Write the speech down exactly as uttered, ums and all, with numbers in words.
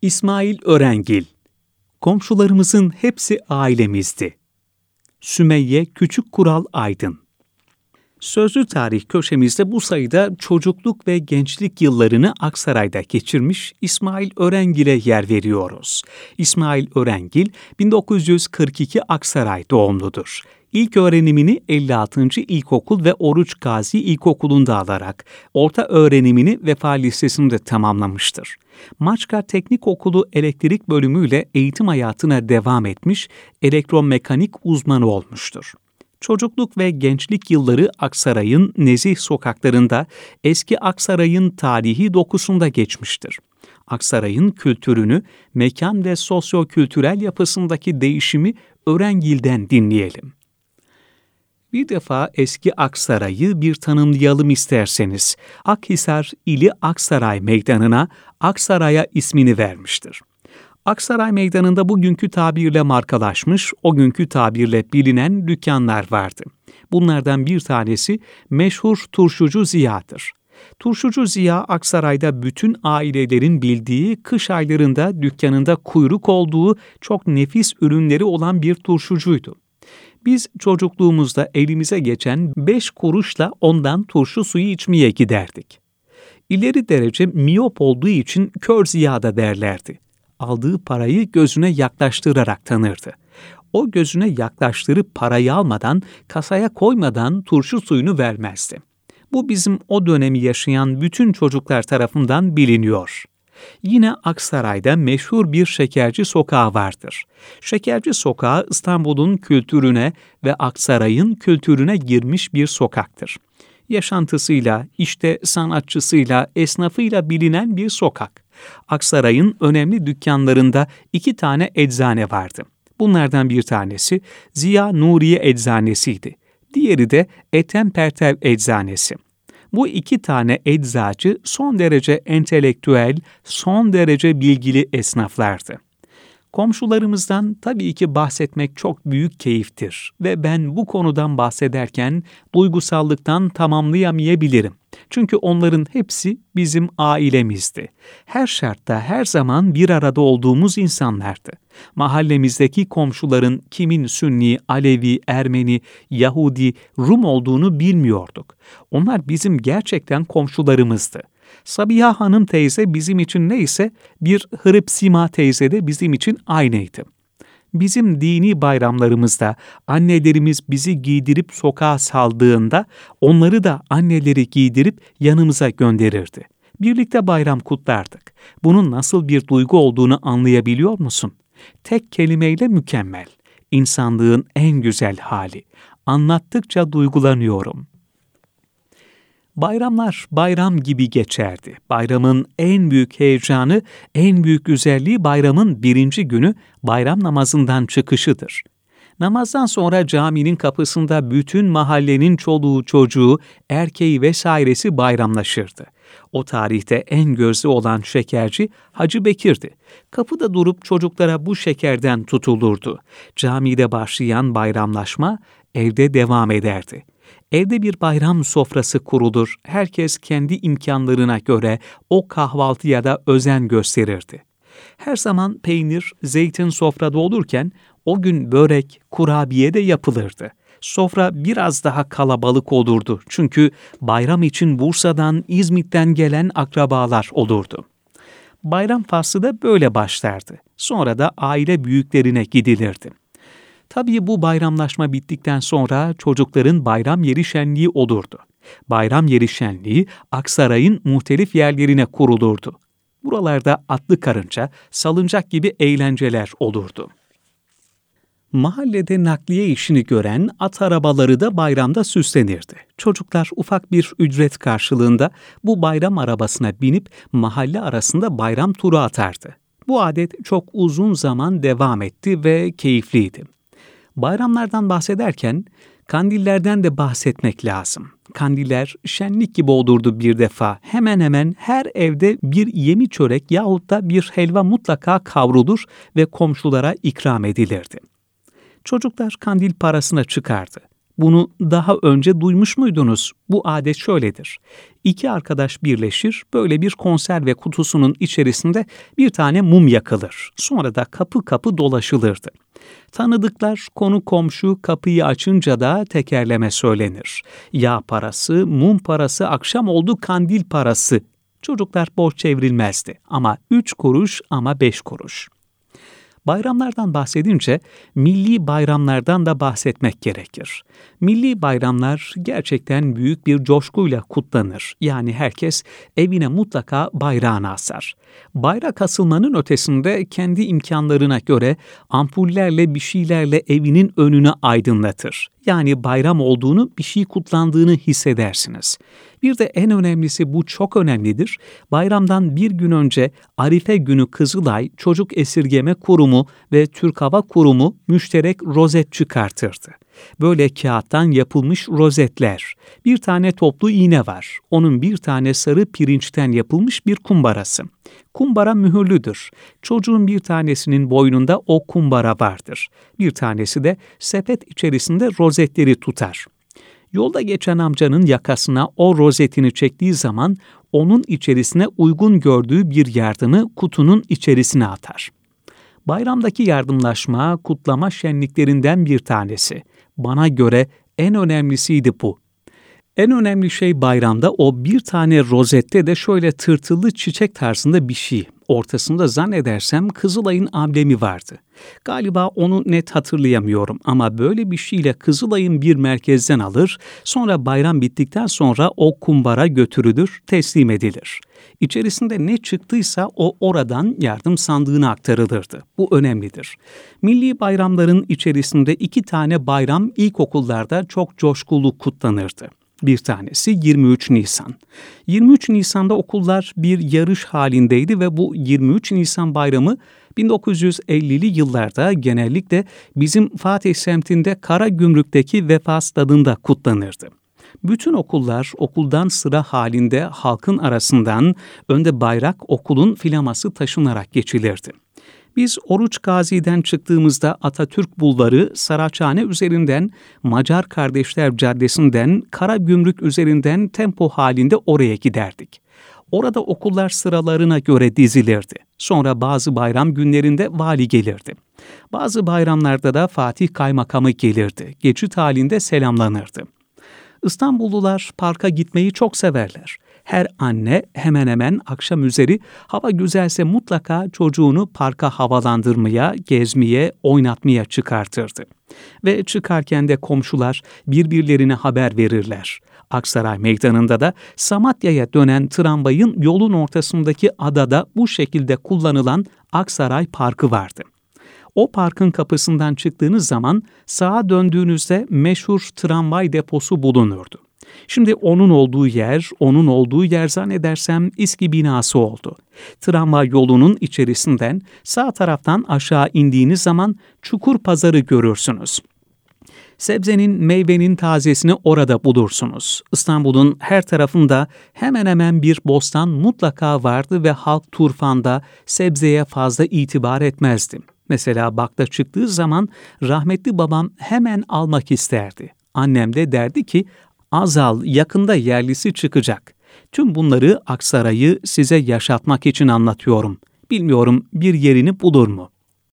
İsmail Örengil. Komşularımızın hepsi ailemizdi. Sümeyye Küçük Kural Aydın. Sözlü tarih köşemizde bu sayıda çocukluk ve gençlik yıllarını Aksaray'da geçirmiş İsmail Örengil'e yer veriyoruz. İsmail Örengil, bin dokuz yüz kırk iki Aksaray doğumludur. İlk öğrenimini elli altıncı İlkokul ve Oruç Gazi İlkokulu'nda alarak orta öğrenimini Vefa Lisesi'nde tamamlamıştır. Maçka Teknik Okulu elektrik bölümüyle eğitim hayatına devam etmiş, elektromekanik uzmanı olmuştur. Çocukluk ve gençlik yılları Aksaray'ın nezih sokaklarında, eski Aksaray'ın tarihi dokusunda geçmiştir. Aksaray'ın kültürünü, mekan ve sosyo-kültürel yapısındaki değişimi Örengil'den dinleyelim. Bir defa eski Aksaray'ı bir tanımlayalım isterseniz. Akhisar ili Aksaray Meydanı'na Aksaray'a ismini vermiştir. Aksaray Meydanı'nda bugünkü tabirle markalaşmış, o günkü tabirle bilinen dükkanlar vardı. Bunlardan bir tanesi meşhur Turşucu Ziya'dır. Turşucu Ziya, Aksaray'da bütün ailelerin bildiği, kış aylarında dükkanında kuyruk olduğu çok nefis ürünleri olan bir turşucuydu. Biz çocukluğumuzda elimize geçen beş kuruşla ondan turşu suyu içmeye giderdik. İleri derece miyop olduğu için Kör Ziya da derlerdi. Aldığı parayı gözüne yaklaştırarak tanırdı. O gözüne yaklaştırıp parayı almadan, kasaya koymadan turşu suyunu vermezdi. Bu bizim o dönemi yaşayan bütün çocuklar tarafından biliniyor. Yine Aksaray'da meşhur bir şekerci sokağı vardır. Şekerci sokağı İstanbul'un kültürüne ve Aksaray'ın kültürüne girmiş bir sokaktır. Yaşantısıyla, işte sanatçısıyla, esnafıyla bilinen bir sokak. Aksaray'ın önemli dükkanlarında iki tane eczane vardı. Bunlardan bir tanesi Ziya Nuriye Eczanesiydi. Diğeri de Ethem Pertev Eczanesi. Bu iki tane eczacı son derece entelektüel, son derece bilgili esnaflardı. Komşularımızdan tabii ki bahsetmek çok büyük keyiftir ve ben bu konudan bahsederken duygusallıktan tamamlayamayabilirim. Çünkü onların hepsi bizim ailemizdi. Her şartta, her zaman bir arada olduğumuz insanlardı. Mahallemizdeki komşuların kimin Sünni, Alevi, Ermeni, Yahudi, Rum olduğunu bilmiyorduk. Onlar bizim gerçekten komşularımızdı. Sabiha Hanım teyze bizim için neyse, bir Hırıpsima teyze de bizim için aynıydı. Bizim dini bayramlarımızda annelerimiz bizi giydirip sokağa saldığında onları da anneleri giydirip yanımıza gönderirdi. Birlikte bayram kutlardık. Bunun nasıl bir duygu olduğunu anlayabiliyor musun? Tek kelimeyle mükemmel. İnsanlığın en güzel hali. Anlattıkça duygulanıyorum. Bayramlar bayram gibi geçerdi. Bayramın en büyük heyecanı, en büyük güzelliği bayramın birinci günü bayram namazından çıkışıdır. Namazdan sonra caminin kapısında bütün mahallenin çoluğu çocuğu, erkeği vesairesi bayramlaşırdı. O tarihte en gözde olan şekerci Hacı Bekir'di. Kapıda durup çocuklara bu şekerden tutulurdu. Camide başlayan bayramlaşma evde devam ederdi. Evde bir bayram sofrası kurulur, herkes kendi imkanlarına göre o kahvaltıya da özen gösterirdi. Her zaman peynir, zeytin sofrada olurken o gün börek, kurabiye de yapılırdı. Sofra biraz daha kalabalık olurdu çünkü bayram için Bursa'dan, İzmit'ten gelen akrabalar olurdu. Bayram faslı da böyle başlardı. Sonra da aile büyüklerine gidilirdi. Tabii bu bayramlaşma bittikten sonra çocukların bayram yeri şenliği olurdu. Bayram yeri şenliği Aksaray'ın muhtelif yerlerine kurulurdu. Buralarda atlı karınca, salıncak gibi eğlenceler olurdu. Mahallede nakliye işini gören at arabaları da bayramda süslenirdi. Çocuklar ufak bir ücret karşılığında bu bayram arabasına binip mahalle arasında bayram turu atardı. Bu adet çok uzun zaman devam etti ve keyifliydi. Bayramlardan bahsederken kandillerden de bahsetmek lazım. Kandiller şenlik gibi olurdu bir defa. Hemen hemen her evde bir yemi çörek yahut da bir helva mutlaka kavrulur ve komşulara ikram edilirdi. Çocuklar kandil parasına çıkardı. Bunu daha önce duymuş muydunuz? Bu adet şöyledir. İki arkadaş birleşir, böyle bir konserve kutusunun içerisinde bir tane mum yakılır. Sonra da kapı kapı dolaşılırdı. Tanıdıklar, konu komşu kapıyı açınca da tekerleme söylenir. Yağ parası, mum parası, akşam oldu kandil parası. Çocuklar borç çevrilmezdi ama üç kuruş ama beş kuruş. Bayramlardan bahsedince milli bayramlardan da bahsetmek gerekir. Milli bayramlar gerçekten büyük bir coşkuyla kutlanır. Yani herkes evine mutlaka bayrağını asar. Bayrak asılmanın ötesinde kendi imkanlarına göre ampullerle bir şeylerle evinin önünü aydınlatır. Yani bayram olduğunu, bir şey kutlandığını hissedersiniz. Bir de en önemlisi, bu çok önemlidir. Bayramdan bir gün önce Arife günü Kızılay Çocuk Esirgeme Kurumu ve Türk Hava Kurumu müşterek rozet çıkartırdı. Böyle kağıttan yapılmış rozetler. Bir tane toplu iğne var. Onun bir tane sarı pirinçten yapılmış bir kumbarası. Kumbara mühürlüdür. Çocuğun bir tanesinin boynunda o kumbara vardır. Bir tanesi de sepet içerisinde rozetleri tutar. Yolda geçen amcanın yakasına o rozetini çektiği zaman onun içerisine uygun gördüğü bir yardımı kutunun içerisine atar. Bayramdaki yardımlaşma, kutlama şenliklerinden bir tanesi. Bana göre en önemlisiydi bu. En önemli şey bayramda o bir tane rozette de şöyle tırtıllı çiçek tarzında bir şey. Ortasında zannedersem Kızılay'ın amblemi vardı. Galiba onu net hatırlayamıyorum ama böyle bir şeyle Kızılay'ın bir merkezden alır, sonra bayram bittikten sonra o kumbara götürülür, teslim edilir. İçerisinde ne çıktıysa o oradan yardım sandığına aktarılırdı. Bu önemlidir. Milli bayramların içerisinde iki tane bayram ilkokullarda çok coşkulu kutlanırdı. Bir tanesi yirmi üç Nisan. yirmi üç Nisan'da okullar bir yarış halindeydi ve bu yirmi üç Nisan bayramı bin dokuz yüz ellili yıllarda genellikle bizim Fatih semtinde Karagümrük'teki Vefa Stadı'nda kutlanırdı. Bütün okullar okuldan sıra halinde halkın arasından önde bayrak, okulun flaması taşınarak geçilirdi. Biz Oruç Gazi'den çıktığımızda Atatürk Bulvarı, Saraçhane üzerinden, Macar Kardeşler Caddesi'nden, Karagümrük üzerinden tempo halinde oraya giderdik. Orada okullar sıralarına göre dizilirdi. Sonra bazı bayram günlerinde vali gelirdi. Bazı bayramlarda da Fatih Kaymakamı gelirdi. Geçit halinde selamlanırdı. İstanbullular parka gitmeyi çok severler. Her anne hemen hemen akşam üzeri hava güzelse mutlaka çocuğunu parka havalandırmaya, gezmeye, oynatmaya çıkartırdı. Ve çıkarken de komşular birbirlerine haber verirler. Aksaray Meydanı'nda da Samatya'ya dönen tramvayın yolun ortasındaki adada bu şekilde kullanılan Aksaray Parkı vardı. O parkın kapısından çıktığınız zaman sağa döndüğünüzde meşhur tramvay deposu bulunurdu. Şimdi onun olduğu yer, onun olduğu yer zannedersem İSKİ binası oldu. Tramvay yolunun içerisinden sağ taraftan aşağı indiğiniz zaman Çukur Pazarı görürsünüz. Sebzenin, meyvenin tazesini orada bulursunuz. İstanbul'un her tarafında hemen hemen bir bostan mutlaka vardı ve halk turfanda sebzeye fazla itibar etmezdi. Mesela bakla çıktığı zaman rahmetli babam hemen almak isterdi. Annem de derdi ki, az al, yakında yerlisi çıkacak. Tüm bunları Aksaray'ı size yaşatmak için anlatıyorum. Bilmiyorum bir yerini bulur mu?